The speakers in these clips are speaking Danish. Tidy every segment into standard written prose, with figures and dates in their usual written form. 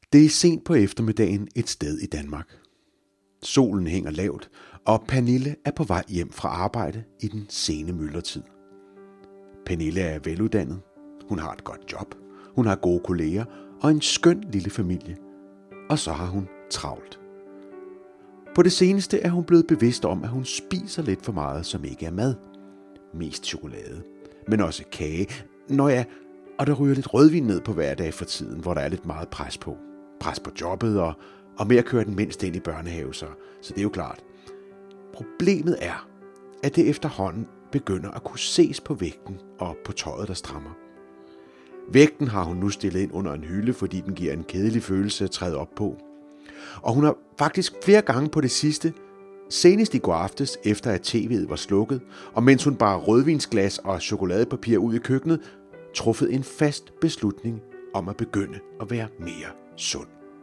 Det er sent på eftermiddagen et sted i Danmark. Solen hænger lavt, og Pernille er på vej hjem fra arbejde i den sene myldretid. Pernille er veluddannet, hun har et godt job, hun har gode kolleger og en skøn lille familie. Og så har hun travlt. På det seneste er hun blevet bevidst om, at hun spiser lidt for meget, som ikke er mad. Mest chokolade, men også kage. Og der ryger lidt rødvin ned på hverdag for tiden, hvor der er lidt meget pres på. Pres på jobbet og med at køre den mindste ind i børnehave, så det er jo klart. Problemet er, at det efterhånden begynder at kunne ses på vægten og på tøjet, der strammer. Vægten har hun nu stillet ind under en hylde, fordi den giver en kedelig følelse at træde op på. Og hun har faktisk flere gange på det sidste, senest i går aftes, efter at tv'et var slukket, og mens hun bar rødvinsglas og chokoladepapir ud i køkkenet, truffet en fast beslutning om at begynde at være mere sund.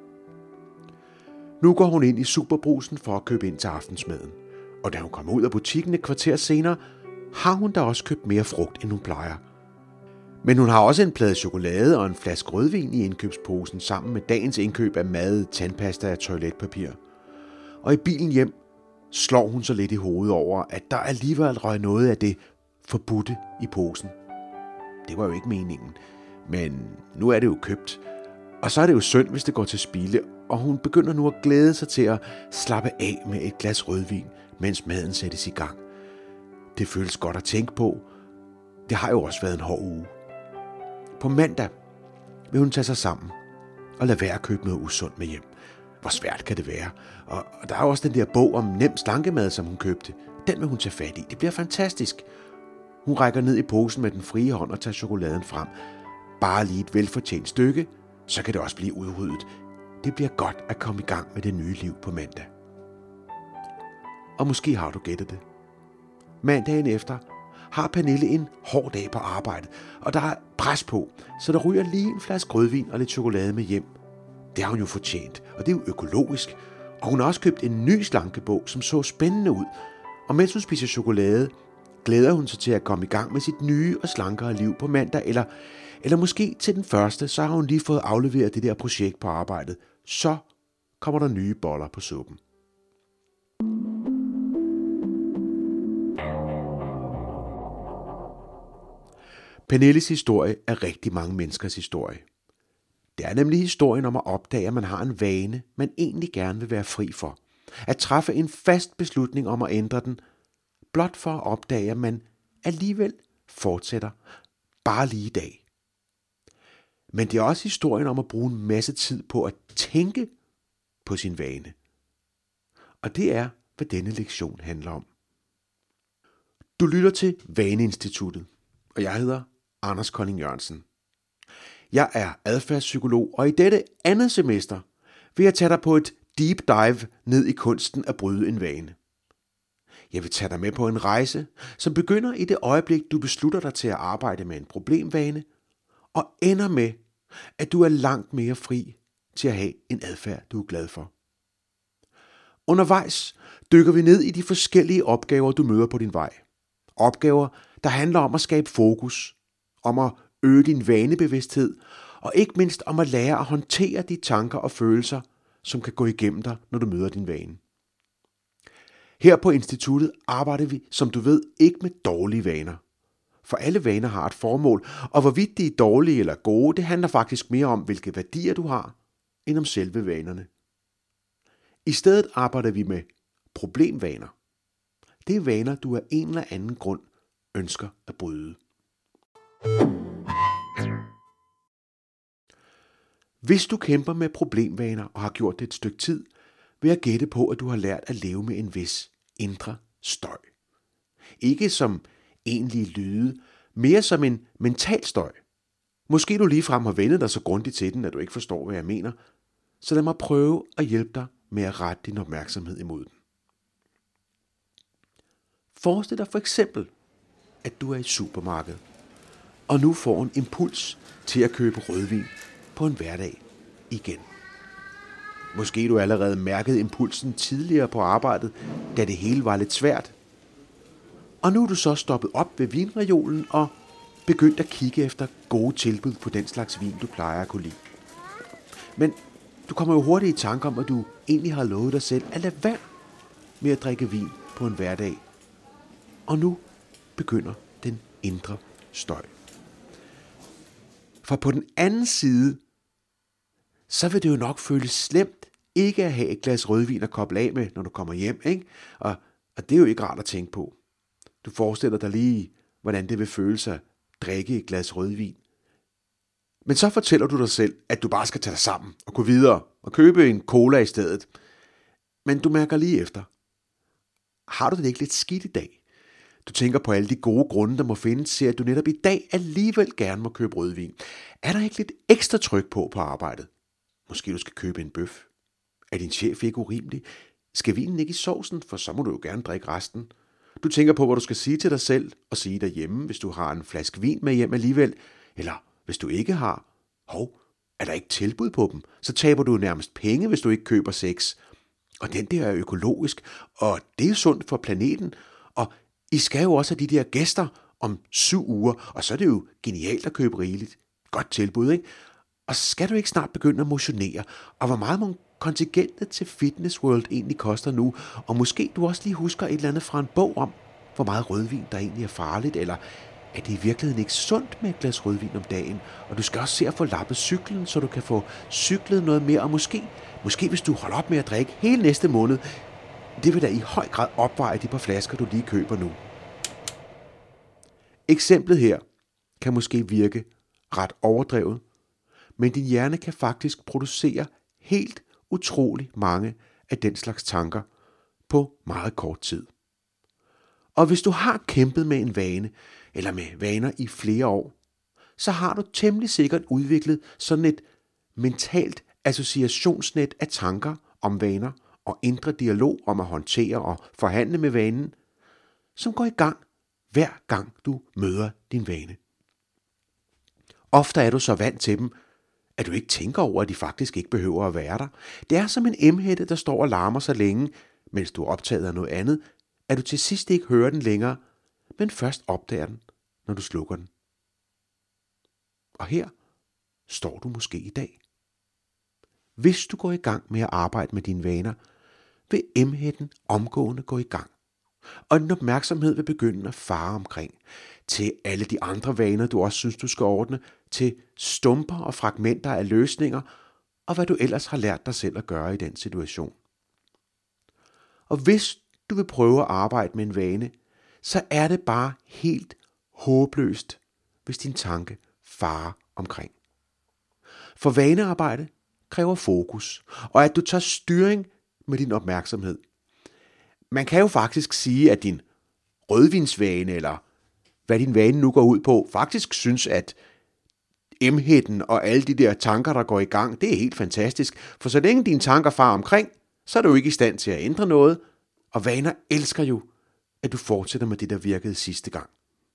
Nu går hun ind i Superbrugsen for at købe ind til aftensmaden, og da hun kommer ud af butikken et kvarter senere, har hun da også købt mere frugt, end hun plejer. Men hun har også en plade chokolade og en flaske rødvin i indkøbsposen sammen med dagens indkøb af mad, tandpasta og toiletpapir. Og i bilen hjem slår hun så lidt i hovedet over, at der alligevel røg noget af det forbudte i posen. Det var jo ikke meningen, men nu er det jo købt. Og så er det jo synd, hvis det går til spilde, og hun begynder nu at glæde sig til at slappe af med et glas rødvin, mens maden sættes i gang. Det føles godt at tænke på. Det har jo også været en hård uge. På mandag vil hun tage sig sammen og lade være at købe noget usundt med hjem. Hvor svært kan det være? Og der er også den der bog om nem slankemad, som hun købte. Den vil hun tage fat i. Det bliver fantastisk. Hun rækker ned i posen med den frie hånd og tager chokoladen frem. Bare lige et velfortjent stykke, så kan det også blive udryddet. Det bliver godt at komme i gang med det nye liv på mandag. Og måske har du gættet det. Mandagen efter har Pernille en hård dag på arbejde, og der er pres på, så der ryger lige en flaske rødvin og lidt chokolade med hjem. Det har hun jo fortjent, og det er jo økologisk. Og hun har også købt en ny slankebog, som så spændende ud. Og mens hun spiser chokolade, glæder hun sig til at komme i gang med sit nye og slankere liv på mandag, eller måske til den første, så har hun lige fået afleveret det der projekt på arbejdet. Så kommer der nye boller på suppen. Pernilles historie er rigtig mange menneskers historie. Det er nemlig historien om at opdage, at man har en vane, man egentlig gerne vil være fri for. At træffe en fast beslutning om at ændre den, blot for at opdage, at man alligevel fortsætter bare lige i dag. Men det er også historien om at bruge en masse tid på at tænke på sin vane. Og det er, hvad denne lektion handler om. Du lytter til Vaneinstituttet, og jeg hedder Anders Kolding Jørgensen. Jeg er adfærdspsykolog, og i dette andet semester vil jeg tage dig på et deep dive ned i kunsten at bryde en vane. Jeg vil tage dig med på en rejse, som begynder i det øjeblik, du beslutter dig til at arbejde med en problemvane, og ender med, at du er langt mere fri til at have en adfærd, du er glad for. Undervejs dykker vi ned i de forskellige opgaver, du møder på din vej. Opgaver, der handler om at skabe fokus, om at øge din vanebevidsthed, og ikke mindst om at lære at håndtere de tanker og følelser, som kan gå igennem dig, når du møder din vane. Her på instituttet arbejder vi, som du ved, ikke med dårlige vaner. For alle vaner har et formål, og hvorvidt de er dårlige eller gode, det handler faktisk mere om, hvilke værdier du har, end om selve vanerne. I stedet arbejder vi med problemvaner. Det er vaner, du af en eller anden grund ønsker at bryde. Hvis du kæmper med problemvaner og har gjort det et stykke tid, vil jeg gætte på, at du har lært at leve med en vis indre støj. Ikke som egentlige lyde, mere som en mental støj. Måske du ligefrem har vendet dig så grundigt til den, at du ikke forstår, hvad jeg mener. Så lad mig prøve at hjælpe dig med at rette din opmærksomhed imod den. Forestil dig for eksempel, at du er i supermarkedet, og nu får en impuls til at købe rødvin på en hverdag igen. Måske du allerede mærkede impulsen tidligere på arbejdet, da det hele var lidt svært. Og nu er du så stoppet op ved vinreolen og begyndt at kigge efter gode tilbud på den slags vin, du plejer at kunne lide. Men Du kommer jo hurtigt i tanke om, at du egentlig har lovet dig selv at lade være med at drikke vin på en hverdag. Og nu begynder den indre støj. For på den anden side, så vil det jo nok føles slemt ikke at have et glas rødvin at koble af med, når du kommer hjem, ikke? Og det er jo ikke rart at tænke på. Du forestiller dig lige, hvordan det vil føles at drikke et glas rødvin. Men så fortæller du dig selv, at du bare skal tage dig sammen og gå videre og købe en cola i stedet. Men du mærker lige efter. Har du det ikke lidt skidt i dag? Du tænker på alle de gode grunde, der må findes til, at du netop i dag alligevel gerne må købe rødvin. Er der ikke lidt ekstra tryk på arbejdet? Måske du skal købe en bøf. Er din chef ikke urimelig? Skal vinen ikke i sovsen, for så må du jo gerne drikke resten. Du tænker på, hvad du skal sige til dig selv og sige derhjemme, hvis du har en flaske vin med hjem alligevel. Eller hvis du ikke har. Er der ikke tilbud på dem? Så taber du nærmest penge, hvis du ikke køber 6. Og den der er økologisk, og det er sundt for planeten. Og I skal jo også have de der gæster om 7 uger, og så er det jo genialt at købe rigeligt. Godt tilbud, ikke? Og skal du ikke snart begynde at motionere? Og hvor meget må kontingentet til Fitness World egentlig koster nu? Og måske du også lige husker et eller andet fra en bog om, hvor meget rødvin der egentlig er farligt, eller er det i virkeligheden ikke sundt med et glas rødvin om dagen? Og du skal også se at få lappet cyklen, så du kan få cyklet noget mere, og måske hvis du holder op med at drikke hele næste måned, det vil da i høj grad opveje de par flasker, du lige køber nu. Eksemplet her kan måske virke ret overdrevet, men din hjerne kan faktisk producere helt utrolig mange af den slags tanker på meget kort tid. Og hvis du har kæmpet med en vane, eller med vaner i flere år, så har du temmelig sikkert udviklet sådan et mentalt associationsnet af tanker om vaner og indre dialog om at håndtere og forhandle med vanen, som går i gang hver gang du møder din vane. Ofte er du så vant til dem, at du ikke tænker over, at de faktisk ikke behøver at være der. Det er som en emhætte, der står og larmer så længe, mens du er optaget af noget andet, at du til sidst ikke hører den længere, men først opdager den, når du slukker den. Og her står du måske i dag. Hvis du går i gang med at arbejde med dine vaner, vil emhætten omgående gå i gang. Og din opmærksomhed vil begynde at fare omkring til alle de andre vaner, du også synes, du skal ordne, til stumper og fragmenter af løsninger, og hvad du ellers har lært dig selv at gøre i den situation. Og hvis du vil prøve at arbejde med en vane, så er det bare helt håbløst, hvis din tanke farer omkring. For vanearbejde kræver fokus, og at du tager styring med din opmærksomhed. Man kan jo faktisk sige, at din rødvinsvane, eller hvad din vane nu går ud på, faktisk synes, at emhætten og alle de der tanker, der går i gang, det er helt fantastisk. For så længe dine tanker farer omkring, så er du ikke i stand til at ændre noget, og vaner elsker jo, at du fortsætter med det, der virkede sidste gang.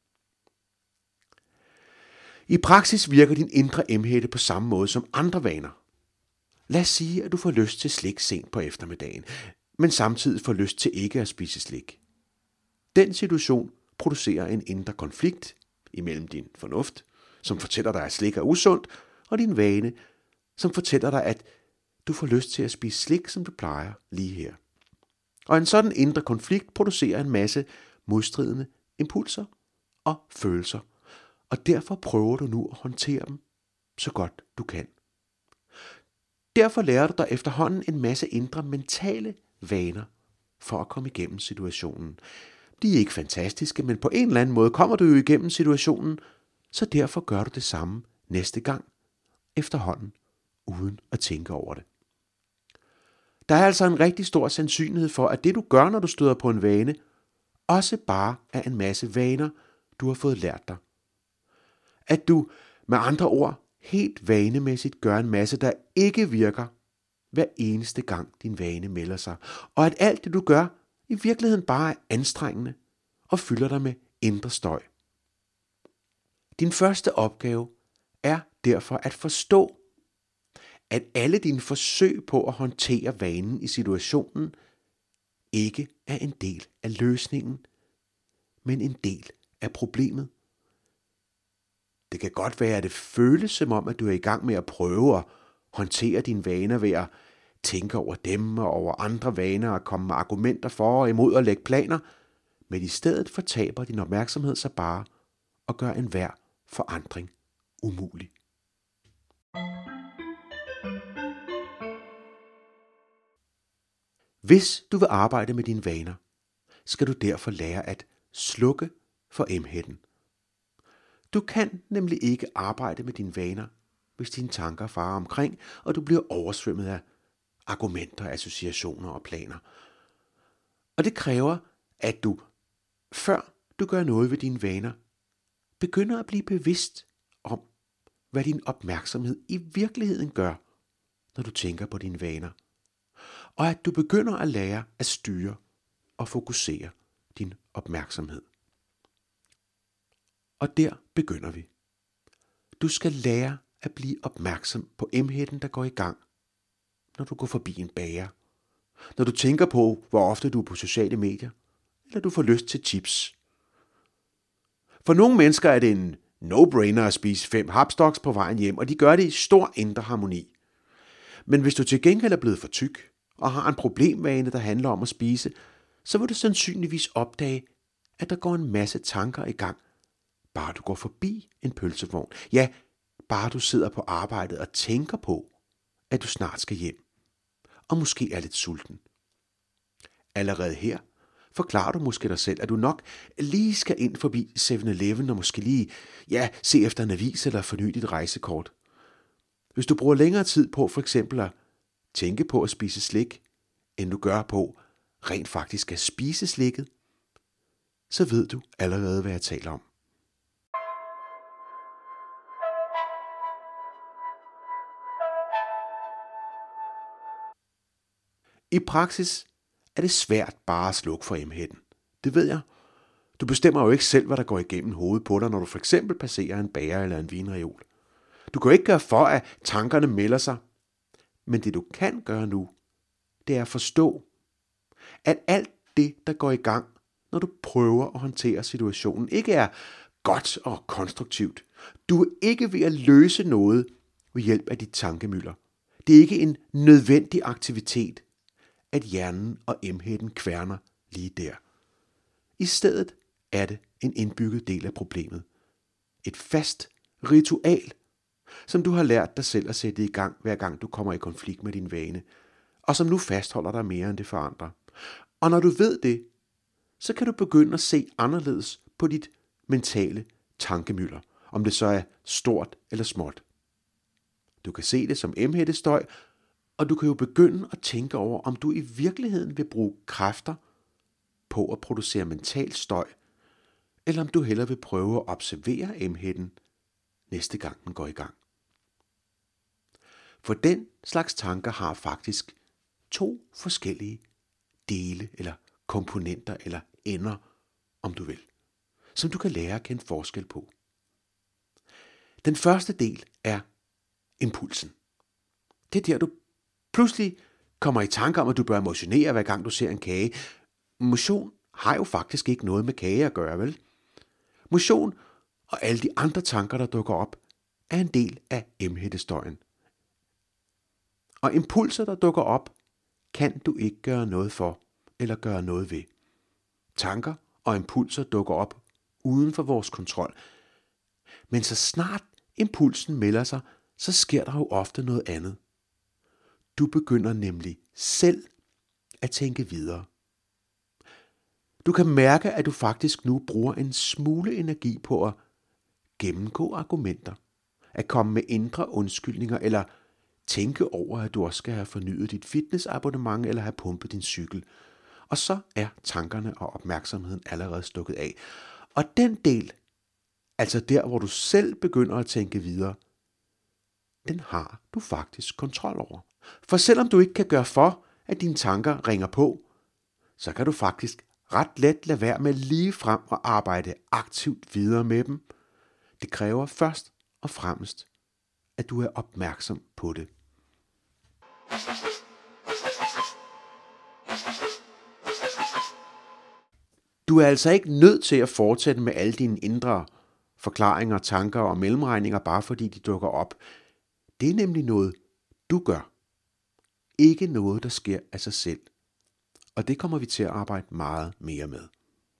I praksis virker din indre emhætte på samme måde som andre vaner. Lad os sige, at du får lyst til slik sent på eftermiddagen, men samtidig får lyst til ikke at spise slik. Den situation producerer en indre konflikt imellem din fornuft, som fortæller dig, at slik er usundt, og din vane, som fortæller dig, at du får lyst til at spise slik, som du plejer lige her. Og en sådan indre konflikt producerer en masse modstridende impulser og følelser, og derfor prøver du nu at håndtere dem så godt du kan. Derfor lærer du dig efterhånden en masse indre mentale vaner for at komme igennem situationen. De er ikke fantastiske, men på en eller anden måde kommer du jo igennem situationen, så derfor gør du det samme næste gang efterhånden, uden at tænke over det. Der er altså en rigtig stor sandsynlighed for, at det du gør, når du støder på en vane, også bare er en masse vaner, du har fået lært dig. At du med andre ord helt vanemæssigt gør en masse, der ikke virker, hver eneste gang din vane melder sig. Og at alt det du gør, i virkeligheden bare er anstrengende og fylder dig med indre støj. Din første opgave er derfor at forstå, at alle dine forsøg på at håndtere vanen i situationen ikke er en del af løsningen, men en del af problemet. Det kan godt være, at det føles som om, at du er i gang med at prøve at håndtere dine vaner ved at tænke over dem og over andre vaner og komme med argumenter for og imod og lægge planer, men i stedet fortaber din opmærksomhed sig bare og gør enhver forandring umulig. Hvis du vil arbejde med dine vaner, skal du derfor lære at slukke for emhætten. Du kan nemlig ikke arbejde med dine vaner, hvis dine tanker farer omkring, og du bliver oversvømmet af argumenter, associationer og planer. Og det kræver, at du, før du gør noget ved dine vaner, begynder at blive bevidst om, hvad din opmærksomhed i virkeligheden gør, når du tænker på dine vaner. Og at du begynder at lære at styre og fokusere din opmærksomhed. Og der begynder vi. Du skal lære at blive opmærksom på emhætten, der går i gang, når du går forbi en bager, når du tænker på, hvor ofte du er på sociale medier, eller du får lyst til chips. For nogle mennesker er det en no-brainer at spise 5 hapsstocks på vejen hjem, og de gør det i stor indre harmoni. Men hvis du til gengæld er blevet for tyk, og har en problemvane, der handler om at spise, så vil du sandsynligvis opdage, at der går en masse tanker i gang, bare du går forbi en pølsevogn. Ja, bare du sidder på arbejdet og tænker på, at du snart skal hjem, og måske er lidt sulten. Allerede her forklarer du måske dig selv, at du nok lige skal ind forbi 7-Eleven og måske lige se efter en avis eller forny dit rejsekort. Hvis du bruger længere tid på for eksempel at tænke på at spise slik, end du gør på rent faktisk at spise slikket, så ved du allerede, hvad jeg taler om. I praksis er det svært bare at slukke for emhætten. Det ved jeg. Du bestemmer jo ikke selv, hvad der går igennem hovedet på dig, når du for eksempel passerer en bager eller en vinreol. Du kan jo ikke gøre for, at tankerne melder sig. Men det du kan gøre nu, det er at forstå, at alt det, der går i gang, når du prøver at håndtere situationen, ikke er godt og konstruktivt. Du er ikke ved at løse noget ved hjælp af dit tankemylder. Det er ikke en nødvendig aktivitet, at hjernen og emhætten kværner lige der. I stedet er det en indbygget del af problemet. Et fast ritual, som du har lært dig selv at sætte i gang, hver gang du kommer i konflikt med din vane, og som nu fastholder dig mere end det for andre. Og når du ved det, så kan du begynde at se anderledes på dit mentale tankemylder, om det så er stort eller småt. Du kan se det som emhættestøj, og du kan jo begynde at tænke over, om du i virkeligheden vil bruge kræfter på at producere mental støj, eller om du hellere vil prøve at observere emhætten næste gang den går i gang. For den slags tanker har faktisk 2 forskellige dele eller komponenter eller ender, om du vil, som du kan lære at kende forskel på. Den første del er impulsen. Det er der, du pludselig kommer i tanke om, at du bør motionere, hver gang du ser en kage. Motion har jo faktisk ikke noget med kage at gøre, vel? Motion og alle de andre tanker, der dukker op, er en del af emhættestøjen. Og impulser, der dukker op, kan du ikke gøre noget for eller gøre noget ved. Tanker og impulser dukker op uden for vores kontrol. Men så snart impulsen melder sig, så sker der jo ofte noget andet. Du begynder nemlig selv at tænke videre. Du kan mærke, at du faktisk nu bruger en smule energi på at gennemgå argumenter, at komme med indre undskyldninger eller tænke over, at du også skal have fornyet dit fitnessabonnement eller have pumpet din cykel. Og så er tankerne og opmærksomheden allerede stukket af. Og den del, altså der, hvor du selv begynder at tænke videre, den har du faktisk kontrol over. For selvom du ikke kan gøre for, at dine tanker ringer på, så kan du faktisk ret let lade være med lige frem at arbejde aktivt videre med dem. Det kræver først og fremmest, at du er opmærksom på det. Du er altså ikke nødt til at fortsætte med alle dine indre forklaringer, tanker og mellemregninger, bare fordi de dukker op. Det er nemlig noget du gør. Ikke noget, der sker af sig selv. Og det kommer vi til at arbejde meget mere med.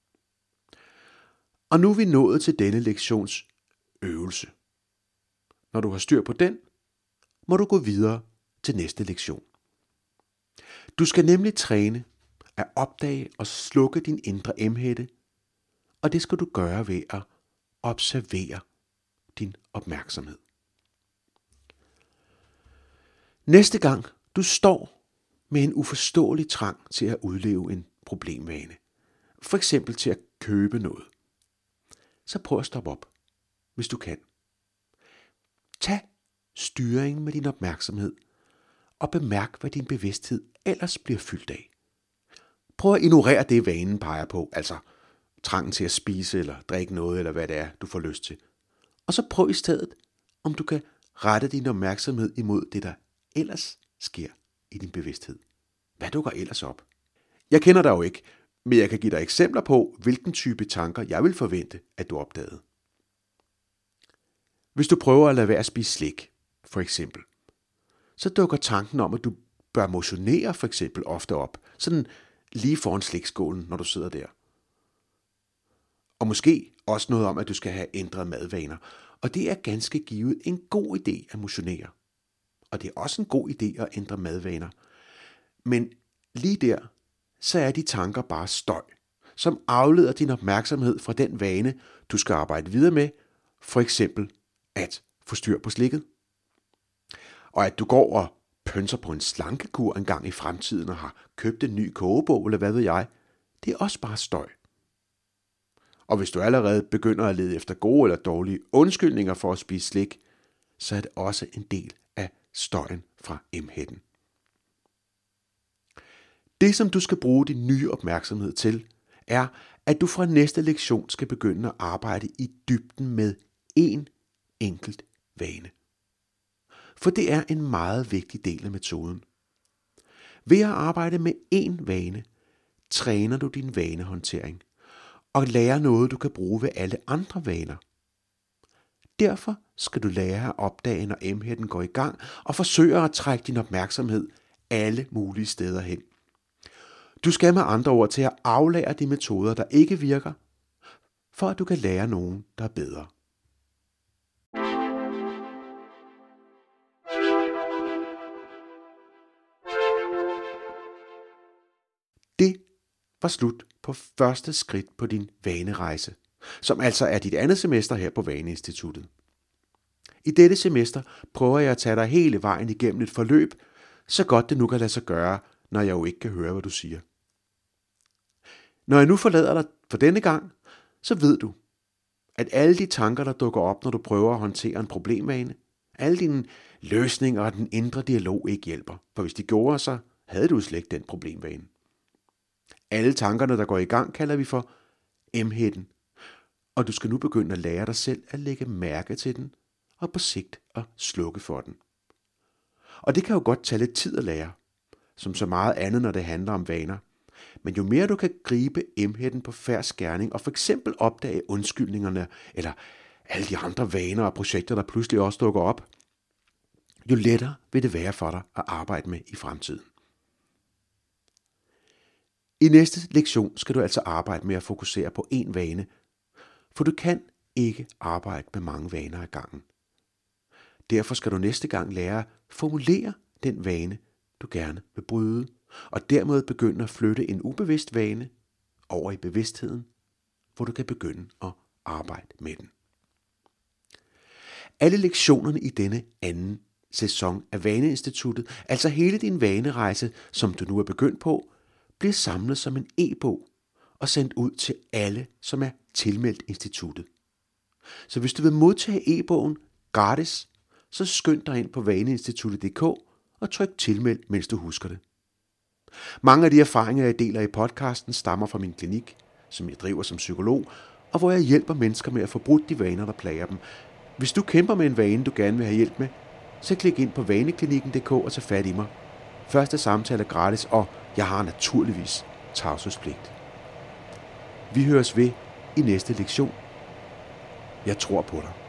Og nu er vi nået til denne lektions øvelse. Når du har styr på den, må du gå videre til næste lektion. Du skal nemlig træne at opdage og slukke din indre emhætte, og det skal du gøre ved at observere din opmærksomhed. Næste gang du står med en uforståelig trang til at udleve en problemvane, for eksempel til at købe noget, så prøv at stoppe op, hvis du kan. Tag styringen med din opmærksomhed og bemærk, hvad din bevidsthed ellers bliver fyldt af. Prøv at ignorere det, vanen peger på, altså trangen til at spise eller drikke noget, eller hvad det er, du får lyst til. Og så prøv i stedet, om du kan rette din opmærksomhed imod det, der ellers sker i din bevidsthed. Hvad dukker ellers op? Jeg kender dig jo ikke, men jeg kan give dig eksempler på, hvilken type tanker jeg vil forvente, at du opdagede. Hvis du prøver at lade være at spise slik, for eksempel, så dukker tanken om, at du bør motionere for eksempel ofte op, sådan lige foran slikskålen, når du sidder der. Og måske også noget om, at du skal have ændret madvaner. Og det er ganske givet en god idé at motionere. Og det er også en god idé at ændre madvaner. Men lige der, så er de tanker bare støj, som afleder din opmærksomhed fra den vane, du skal arbejde videre med, for eksempel at få styr på slikket. Og at du går og pønser på en slankekur en gang i fremtiden og har købt en ny kogebog, eller hvad ved jeg, det er også bare støj. Og hvis du allerede begynder at lede efter gode eller dårlige undskyldninger for at spise slik, så er det også en del af støjen fra emhætten. Det, som du skal bruge din nye opmærksomhed til, er, at du fra næste lektion skal begynde at arbejde i dybden med én enkelt vane. For det er en meget vigtig del af metoden. Ved at arbejde med én vane, træner du din vanehåndtering og lærer noget, du kan bruge ved alle andre vaner. Derfor skal du lære at opdage, når emhætten går i gang, og forsøge at trække din opmærksomhed alle mulige steder hen. Du skal med andre ord til at aflære de metoder, der ikke virker, for at du kan lære nogen, der er bedre. Det var slut på første skridt på din vanerejse, som altså er dit andet semester her på Vaneinstituttet. I dette semester prøver jeg at tage dig hele vejen igennem et forløb, så godt det nu kan lade sig gøre, når jeg jo ikke kan høre, hvad du siger. Når jeg nu forlader dig for denne gang, så ved du, at alle de tanker, der dukker op, når du prøver at håndtere en problemvane, alle dine løsninger og den indre dialog ikke hjælper, for hvis de gjorde, så havde du slet ikke den problemvane. Alle tankerne, der går i gang, kalder vi for emhætten, og du skal nu begynde at lære dig selv at lægge mærke til den, og på sigt at slukke for den. Og det kan jo godt tage lidt tid at lære, som så meget andet, når det handler om vaner. Men jo mere du kan gribe emhætten på fersk gerning, og for eksempel opdage undskyldningerne, eller alle de andre vaner og projekter, der pludselig også dukker op, jo lettere vil det være for dig at arbejde med i fremtiden. I næste lektion skal du altså arbejde med at fokusere på én vane, for du kan ikke arbejde med mange vaner ad gangen. Derfor skal du næste gang lære at formulere den vane, du gerne vil bryde, og dermed begynde at flytte en ubevidst vane over i bevidstheden, hvor du kan begynde at arbejde med den. Alle lektionerne i denne anden sæson af Vaneinstituttet, altså hele din vanerejse, som du nu er begyndt på, bliver samlet som en e-bog og sendt ud til alle, som er tilmeldt instituttet. Så hvis du vil modtage e-bogen gratis, så skynd dig ind på vaneinstituttet.dk og tryk tilmeld, mens du husker det. Mange af de erfaringer, jeg deler i podcasten, stammer fra min klinik, som jeg driver som psykolog, og hvor jeg hjælper mennesker med at få brudt de vaner, der plager dem. Hvis du kæmper med en vane, du gerne vil have hjælp med, så klik ind på vaneklinikken.dk og tag fat i mig. Første samtale er gratis, og jeg har naturligvis tavshedspligt. Vi høres ved i næste lektion. Jeg tror på dig.